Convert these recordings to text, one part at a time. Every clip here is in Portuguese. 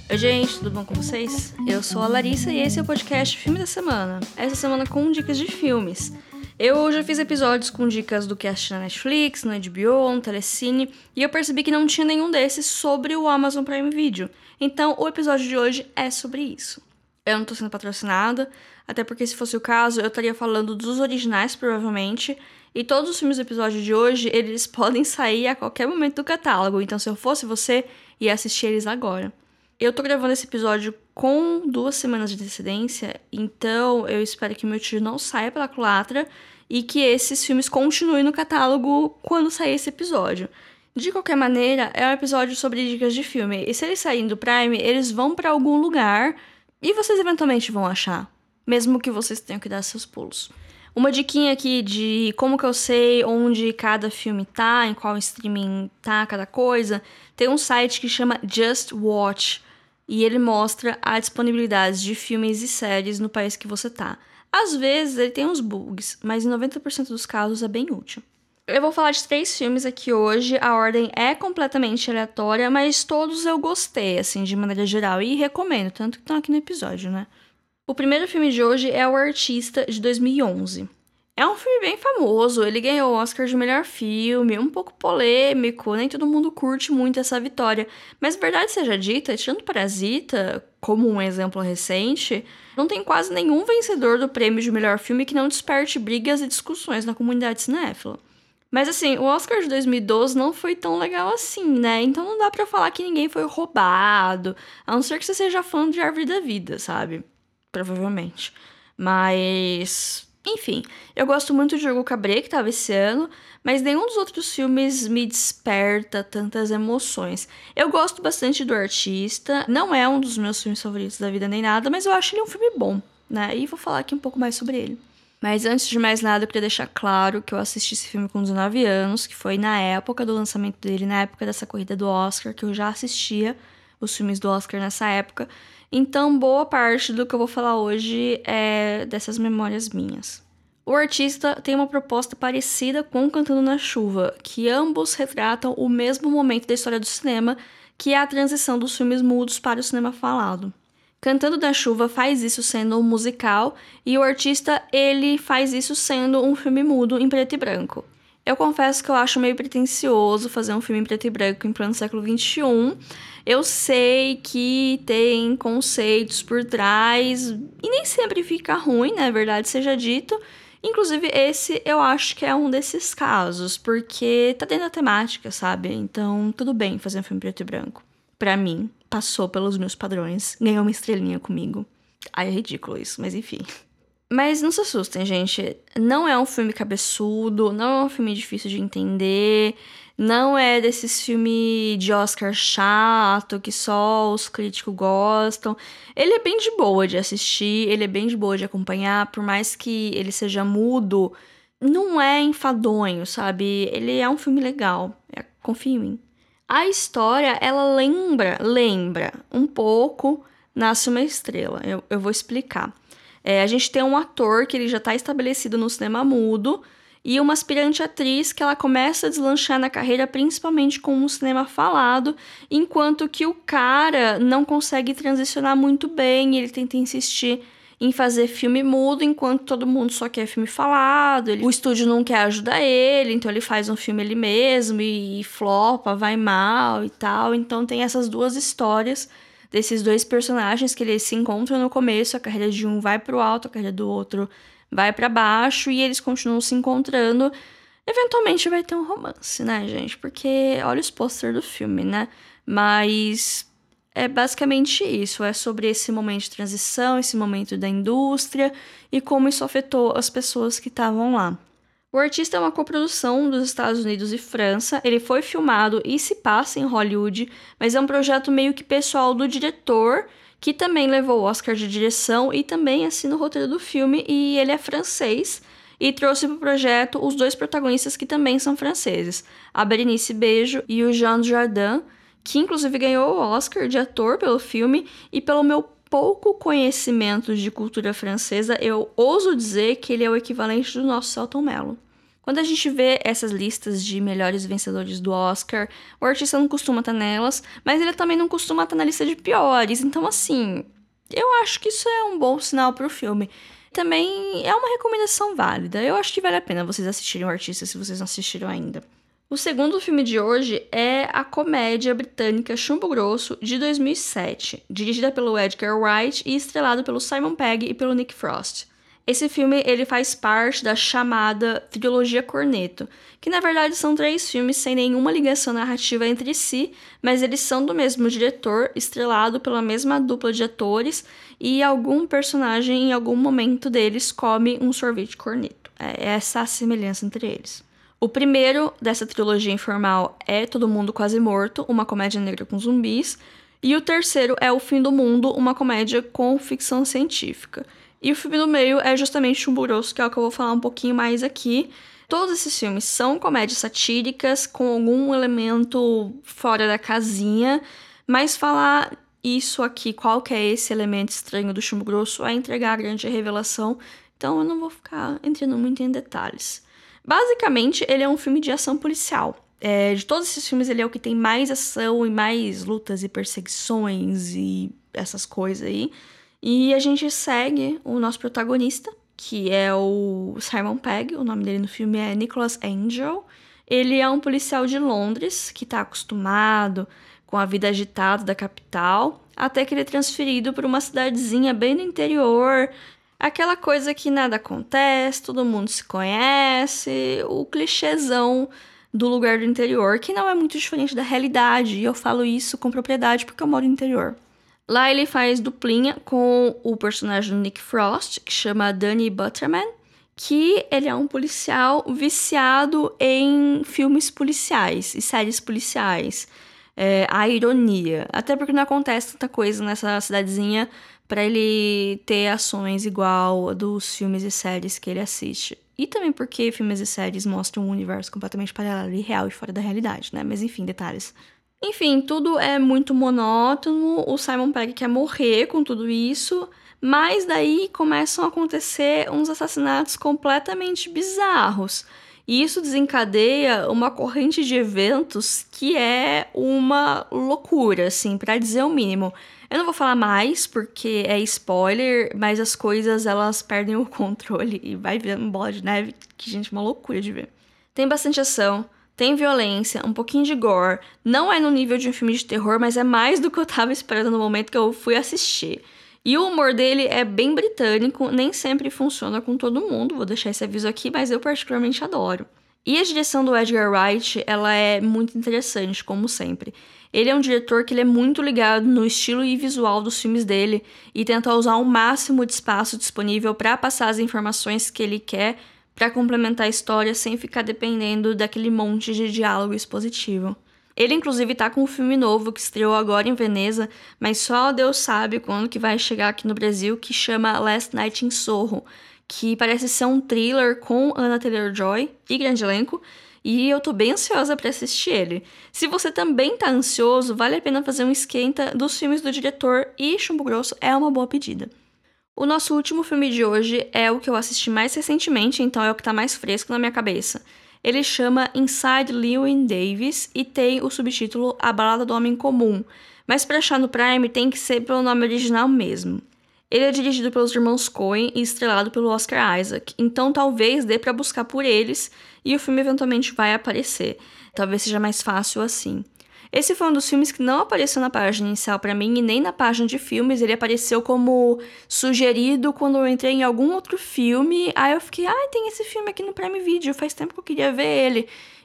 Oi, gente, tudo bom com vocês? Eu sou a Larissa e esse é o podcast Filme da Semana. Essa semana com dicas de filmes. Eu já fiz episódios com dicas do que assisti na Netflix, no HBO, no Telecine, e eu percebi que não tinha nenhum desses sobre o Amazon Prime Video. Então, o episódio de hoje é sobre isso. Eu não tô sendo patrocinada, até porque se fosse o caso, eu estaria falando dos originais, provavelmente, e todos os filmes do episódio de hoje, eles podem sair a qualquer momento do catálogo, então se eu fosse você, ia assistir eles agora. Eu tô gravando esse episódio com 2 semanas de antecedência, então eu espero que meu tiro não saia pela culatra e que esses filmes continuem no catálogo quando sair esse episódio. De qualquer maneira, é um episódio sobre dicas de filme, e se eles saírem do Prime, eles vão pra algum lugar e vocês eventualmente vão achar, mesmo que vocês tenham que dar seus pulos. Uma diquinha aqui de como que eu sei onde cada filme tá, em qual streaming tá cada coisa, tem um site que chama Just Watch, e ele mostra a disponibilidade de filmes e séries no país que você tá. Às vezes ele tem uns bugs, mas em 90% dos casos é bem útil. Eu vou falar de 3 filmes aqui hoje, a ordem é completamente aleatória, mas todos eu gostei, assim, de maneira geral, e recomendo, tanto que estão aqui no episódio, né? O primeiro filme de hoje é O Artista, de 2011. É um filme bem famoso, ele ganhou o Oscar de melhor filme, um pouco polêmico, nem todo mundo curte muito essa vitória. Mas verdade seja dita, tirando Parasita, como um exemplo recente, não tem quase nenhum vencedor do prêmio de melhor filme que não desperte brigas e discussões na comunidade cinéfila. Mas assim, o Oscar de 2012 não foi tão legal assim, né? Então não dá pra falar que ninguém foi roubado, a não ser que você seja fã de Árvore da Vida, sabe? Provavelmente. Mas... enfim, eu gosto muito de Hugo Cabret, que tava esse ano, mas nenhum dos outros filmes me desperta tantas emoções. Eu gosto bastante do Artista, não é um dos meus filmes favoritos da vida nem nada, mas eu acho ele um filme bom, né? E vou falar aqui um pouco mais sobre ele. Mas antes de mais nada, eu queria deixar claro que eu assisti esse filme com 19 anos, que foi na época do lançamento dele, na época dessa corrida do Oscar, que eu já assistia os filmes do Oscar nessa época. Então, boa parte do que eu vou falar hoje é dessas memórias minhas. O Artista tem uma proposta parecida com Cantando na Chuva, que ambos retratam o mesmo momento da história do cinema, que é a transição dos filmes mudos para o cinema falado. Cantando na Chuva faz isso sendo um musical, e O Artista, ele faz isso sendo um filme mudo em preto e branco. Eu confesso que eu acho meio pretensioso fazer um filme em preto e branco em pleno século XXI. Eu sei que tem conceitos por trás, e nem sempre fica ruim, né? Verdade seja dito. Inclusive, esse eu acho que é um desses casos, porque tá dentro da temática, sabe? Então, tudo bem fazer um filme preto e branco. Pra mim, passou pelos meus padrões, ganhou uma estrelinha comigo. Ai, é ridículo isso, mas enfim. Mas não se assustem, gente. Não é um filme cabeçudo, não é um filme difícil de entender, não é desses filmes de Oscar chato que só os críticos gostam. Ele é bem de boa de assistir, ele é bem de boa de acompanhar, por mais que ele seja mudo, não é enfadonho, sabe? Ele é um filme legal, confia em mim. A história, ela lembra um pouco Nasce uma Estrela. Eu vou explicar. A gente tem um ator que ele já está estabelecido no cinema mudo e uma aspirante atriz que ela começa a deslanchar na carreira principalmente com um cinema falado, enquanto que o cara não consegue transicionar muito bem, ele tenta insistir em fazer filme mudo, enquanto todo mundo só quer filme falado, o estúdio não quer ajudar ele, então ele faz um filme ele mesmo e flopa, vai mal e tal. Então tem essas duas histórias desses 2 personagens que eles se encontram no começo, a carreira de um vai pro alto, a carreira do outro vai pra baixo, e eles continuam se encontrando. Eventualmente vai ter um romance, né, gente? Porque olha os pôster do filme, né? Mas é basicamente isso, é sobre esse momento de transição, esse momento da indústria e como isso afetou as pessoas que estavam lá. O Artista é uma coprodução dos Estados Unidos e França, ele foi filmado e se passa em Hollywood, mas é um projeto meio que pessoal do diretor, que também levou o Oscar de direção e também assina o roteiro do filme, e ele é francês, e trouxe para o projeto os 2 protagonistas que também são franceses, a Berenice Bejo e o Jean Dujardin, que inclusive ganhou o Oscar de ator pelo filme, e pelo meu pouco conhecimento de cultura francesa, eu ouso dizer que ele é o equivalente do nosso Selton Mello. Quando a gente vê essas listas de melhores vencedores do Oscar, o artista não costuma estar nelas, mas ele também não costuma estar na lista de piores. Então, assim, eu acho que isso é um bom sinal pro filme. Também é uma recomendação válida. Eu acho que vale a pena vocês assistirem o artista se vocês não assistiram ainda. O segundo filme de hoje é a comédia britânica Chumbo Grosso, de 2007, dirigida pelo Edgar Wright e estrelado pelo Simon Pegg e pelo Nick Frost. Esse filme ele faz parte da chamada trilogia Cornetto, que na verdade são 3 filmes sem nenhuma ligação narrativa entre si, mas eles são do mesmo diretor, estrelado pela mesma dupla de atores, e algum personagem em algum momento deles come um sorvete Cornetto. É essa a semelhança entre eles. O primeiro dessa trilogia informal é Todo Mundo Quase Morto, uma comédia negra com zumbis, e o terceiro é O Fim do Mundo, uma comédia com ficção científica. E o filme do meio é justamente Chumbo Grosso, que é o que eu vou falar um pouquinho mais aqui. Todos esses filmes são comédias satíricas, com algum elemento fora da casinha, mas falar isso aqui, qual que é esse elemento estranho do Chumbo Grosso, é entregar a grande revelação, então eu não vou ficar entrando muito em detalhes. Basicamente, ele é um filme de ação policial. De todos esses filmes, ele é o que tem mais ação e mais lutas e perseguições e essas coisas aí. E a gente segue o nosso protagonista, que é o Simon Pegg, o nome dele no filme é Nicholas Angel. Ele é um policial de Londres, que está acostumado com a vida agitada da capital, até que ele é transferido para uma cidadezinha bem no interior. Aquela coisa que nada acontece, todo mundo se conhece, o clichêzão do lugar do interior, que não é muito diferente da realidade, e eu falo isso com propriedade porque eu moro no interior. Lá ele faz duplinha com o personagem do Nick Frost, que chama Danny Butterman, que ele é um policial viciado em filmes policiais e séries policiais. A ironia. Até porque não acontece tanta coisa nessa cidadezinha para ele ter ações igual a dos filmes e séries que ele assiste. E também porque filmes e séries mostram um universo completamente paralelo e real e fora da realidade, né? Mas enfim, detalhes. Enfim, tudo é muito monótono, o Simon Pegg quer morrer com tudo isso, mas daí começam a acontecer uns assassinatos completamente bizarros. E isso desencadeia uma corrente de eventos que é uma loucura, assim, pra dizer o mínimo. Eu não vou falar mais, porque é spoiler, mas as coisas, elas perdem o controle e vai virando uma bola de neve, que, gente, é uma loucura de ver. Tem bastante ação, tem violência, um pouquinho de gore. Não é no nível de um filme de terror, mas é mais do que eu tava esperando no momento que eu fui assistir. E o humor dele é bem britânico, nem sempre funciona com todo mundo, vou deixar esse aviso aqui, mas eu particularmente adoro. E a direção do Edgar Wright, ela é muito interessante, como sempre. Ele é um diretor que ele é muito ligado no estilo e visual dos filmes dele e tenta usar o máximo de espaço disponível para passar as informações que ele quer para complementar a história sem ficar dependendo daquele monte de diálogo expositivo. Ele, inclusive, tá com um filme novo que estreou agora em Veneza, mas só Deus sabe quando que vai chegar aqui no Brasil, que chama Last Night in Soho, que parece ser um thriller com Anya Taylor-Joy e grande elenco, e eu tô bem ansiosa pra assistir ele. Se você também tá ansioso, vale a pena fazer um esquenta dos filmes do diretor, e Chumbo Grosso é uma boa pedida. O nosso último filme de hoje é o que eu assisti mais recentemente, então é o que tá mais fresco na minha cabeça. Ele chama Inside Llewyn Davis e tem o subtítulo A Balada do Homem Comum, mas para achar no Prime tem que ser pelo nome original mesmo. Ele é dirigido pelos irmãos Coen e estrelado pelo Oscar Isaac, então talvez dê para buscar por eles e o filme eventualmente vai aparecer. Talvez seja mais fácil assim. Esse foi um dos filmes que não apareceu na página inicial pra mim e nem na página de filmes. Ele apareceu como sugerido quando eu entrei em algum outro filme. Aí eu fiquei, tem esse filme aqui no Prime Video, faz tempo que eu queria ver ele.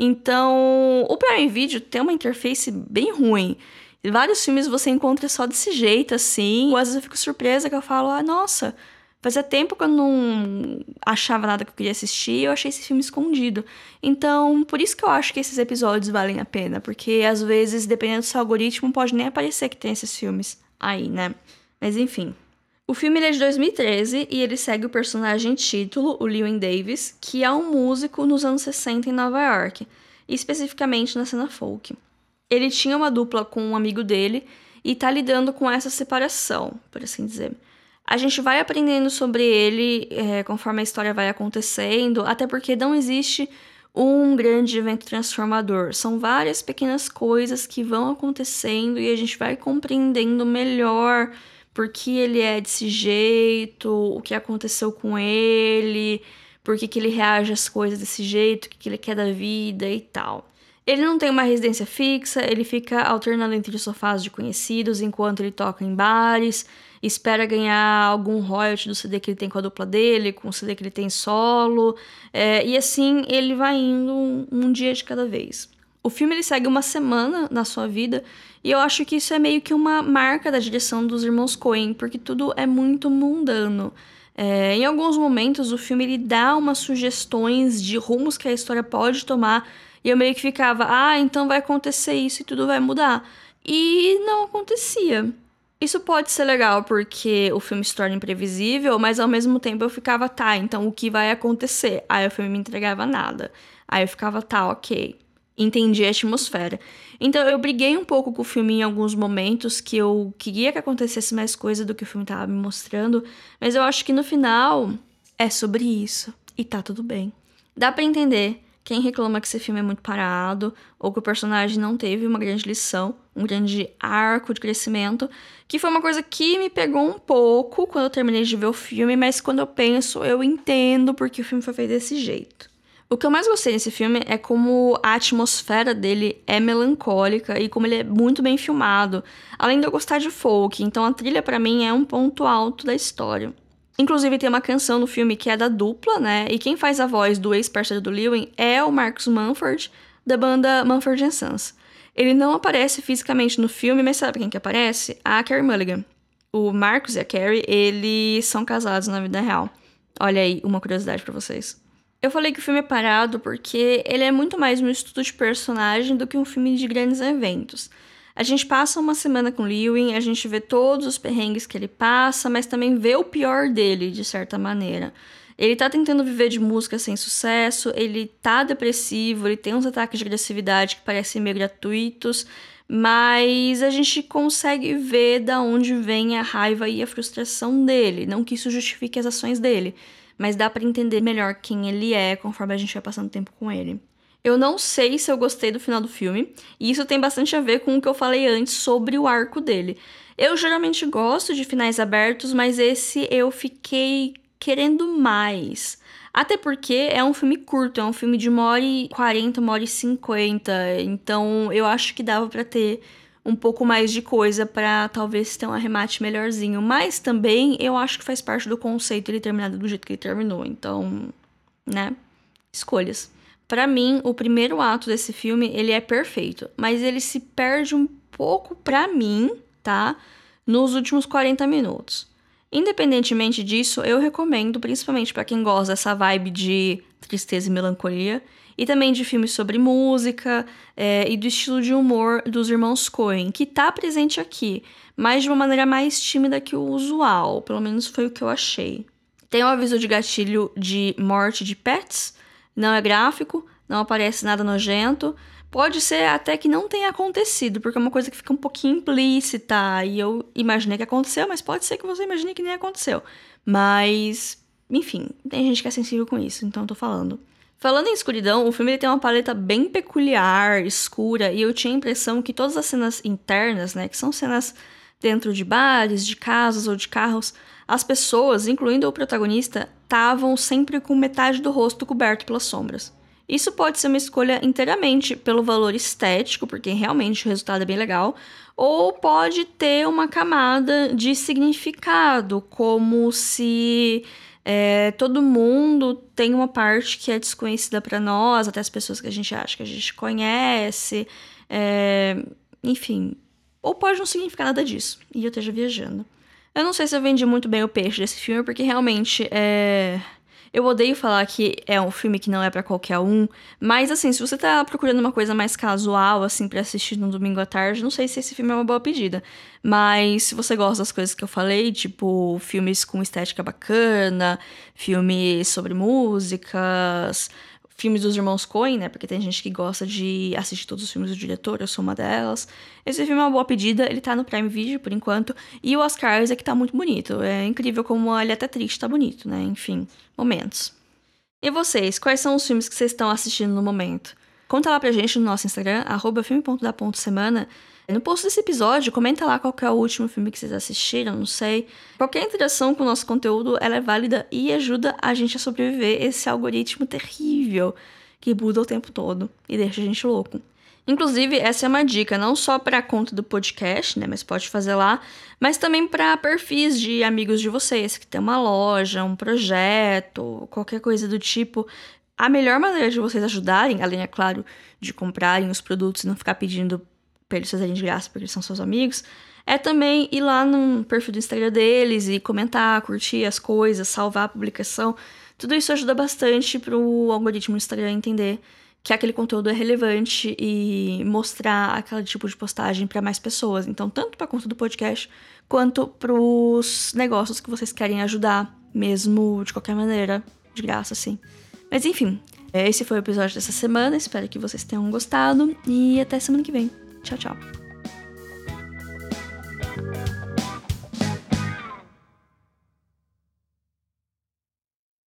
Então, o Prime Video tem uma interface bem ruim. Vários filmes você encontra só desse jeito, assim. Às vezes eu fico surpresa que eu falo, nossa, fazia tempo que eu não achava nada que eu queria assistir e eu achei esse filme escondido. Então, por isso que eu acho que esses episódios valem a pena. Porque, às vezes, dependendo do seu algoritmo, pode nem aparecer que tem esses filmes aí, né? Mas, enfim. O filme ele é de 2013 e ele segue o personagem título, o Llewyn Davis, que é um músico nos anos 60 em Nova York. E especificamente na cena folk. Ele tinha uma dupla com um amigo dele e tá lidando com essa separação, por assim dizer. A gente vai aprendendo sobre ele conforme a história vai acontecendo, até porque não existe um grande evento transformador. São várias pequenas coisas que vão acontecendo e a gente vai compreendendo melhor por que ele é desse jeito, o que aconteceu com ele, por que ele reage às coisas desse jeito, o que ele quer da vida e tal. Ele não tem uma residência fixa, ele fica alternando entre os sofás de conhecidos enquanto ele toca em bares, espera ganhar algum royalty do CD que ele tem com a dupla dele, com o CD que ele tem solo, e assim ele vai indo um dia de cada vez. O filme ele segue uma semana na sua vida, e eu acho que isso é meio que uma marca da direção dos irmãos Coen, porque tudo é muito mundano. Em alguns momentos, o filme ele dá umas sugestões de rumos que a história pode tomar, e eu meio que ficava, então vai acontecer isso e tudo vai mudar. E não acontecia. Isso pode ser legal porque o filme se torna imprevisível, mas ao mesmo tempo eu ficava, então o que vai acontecer? Aí o filme me entregava nada. Aí eu ficava, ok. Entendi a atmosfera. Então eu briguei um pouco com o filme em alguns momentos que eu queria que acontecesse mais coisa do que o filme tava me mostrando, mas eu acho que no final é sobre isso e tá tudo bem. Dá pra entender quem reclama que esse filme é muito parado ou que o personagem não teve uma grande lição, um grande arco de crescimento, que foi uma coisa que me pegou um pouco quando eu terminei de ver o filme, mas quando eu penso, eu entendo porque o filme foi feito desse jeito. O que eu mais gostei desse filme é como a atmosfera dele é melancólica e como ele é muito bem filmado, além de eu gostar de folk, então a trilha pra mim é um ponto alto da história. Inclusive tem uma canção no filme que é da dupla, né, e quem faz a voz do ex-parceiro do Lewin é o Marcus Mumford, da banda Mumford & Sons. Ele não aparece fisicamente no filme, mas sabe quem que aparece? A Carey Mulligan. O Marcus e a Carey, eles são casados na vida real. Olha aí, uma curiosidade pra vocês. Eu falei que o filme é parado porque ele é muito mais um estudo de personagem do que um filme de grandes eventos. A gente passa uma semana com Lewin, a gente vê todos os perrengues que ele passa, mas também vê o pior dele, de certa maneira. Ele tá tentando viver de música sem sucesso, ele tá depressivo, ele tem uns ataques de agressividade que parecem meio gratuitos, mas a gente consegue ver da onde vem a raiva e a frustração dele, não que isso justifique as ações dele, mas dá pra entender melhor quem ele é conforme a gente vai passando tempo com ele. Eu não sei se eu gostei do final do filme, e isso tem bastante a ver com o que eu falei antes sobre o arco dele. Eu geralmente gosto de finais abertos, mas esse eu fiquei querendo mais. Até porque é um filme curto, é um filme de 1h40, 1h50, então eu acho que dava pra ter um pouco mais de coisa pra talvez ter um arremate melhorzinho. Mas também eu acho que faz parte do conceito ele terminar do jeito que ele terminou, então, né? Escolhas. Pra mim, o primeiro ato desse filme, ele é perfeito, mas ele se perde um pouco pra mim, tá? Nos últimos 40 minutos. Independentemente disso, eu recomendo, principalmente pra quem gosta dessa vibe de tristeza e melancolia, e também de filmes sobre música, e do estilo de humor dos irmãos Coen, que tá presente aqui, mas de uma maneira mais tímida que o usual, pelo menos foi o que eu achei. Tem um aviso de gatilho de morte de pets, não é gráfico, não aparece nada nojento. Pode ser até que não tenha acontecido, porque é uma coisa que fica um pouquinho implícita. E eu imaginei que aconteceu, mas pode ser que você imagine que nem aconteceu. Mas, enfim, tem gente que é sensível com isso, então eu tô falando. Falando em escuridão, o filme ele tem uma paleta bem peculiar, escura, e eu tinha a impressão que todas as cenas internas, né, que são cenas dentro de bares, de casas ou de carros, as pessoas, incluindo o protagonista, estavam sempre com metade do rosto coberto pelas sombras. Isso pode ser uma escolha inteiramente pelo valor estético, porque realmente o resultado é bem legal, ou pode ter uma camada de significado, como se todo mundo tem uma parte que é desconhecida para nós, até as pessoas que a gente acha que a gente conhece, enfim. Ou pode não significar nada disso, e eu esteja viajando. Eu não sei se eu vendi muito bem o peixe desse filme, porque realmente eu odeio falar que é um filme que não é pra qualquer um, mas assim, se você tá procurando uma coisa mais casual, assim, pra assistir no domingo à tarde, não sei se esse filme é uma boa pedida. Mas se você gosta das coisas que eu falei, tipo, filmes com estética bacana, filmes sobre músicas, filmes dos irmãos Coen, né? Porque tem gente que gosta de assistir todos os filmes do diretor, eu sou uma delas. Esse filme é uma boa pedida, ele tá no Prime Video por enquanto. E o Oscar Isaac tá muito bonito. É incrível como ele é até triste, tá bonito, né? Enfim, momentos. E vocês, quais são os filmes que vocês estão assistindo no momento? Conta lá pra gente no nosso Instagram, @filme.da.semana. No post desse episódio, comenta lá qual que é o último filme que vocês assistiram, não sei. Qualquer interação com o nosso conteúdo, ela é válida e ajuda a gente a sobreviver esse algoritmo terrível que muda o tempo todo e deixa a gente louco. Inclusive, essa é uma dica não só para a conta do podcast, né, mas pode fazer lá, mas também para perfis de amigos de vocês, que tem uma loja, um projeto, qualquer coisa do tipo. A melhor maneira de vocês ajudarem, além, é claro, de comprarem os produtos e não ficar pedindo pra eles fazerem de graça porque eles são seus amigos, é também ir lá no perfil do Instagram deles e comentar, curtir as coisas, salvar a publicação. Tudo isso ajuda bastante pro algoritmo do Instagram entender que aquele conteúdo é relevante e mostrar aquele tipo de postagem para mais pessoas. Então, tanto pra conta do podcast, quanto pros negócios que vocês querem ajudar, mesmo de qualquer maneira, de graça, assim. Mas enfim, esse foi o episódio dessa semana, espero que vocês tenham gostado e até semana que vem. Tchau, tchau.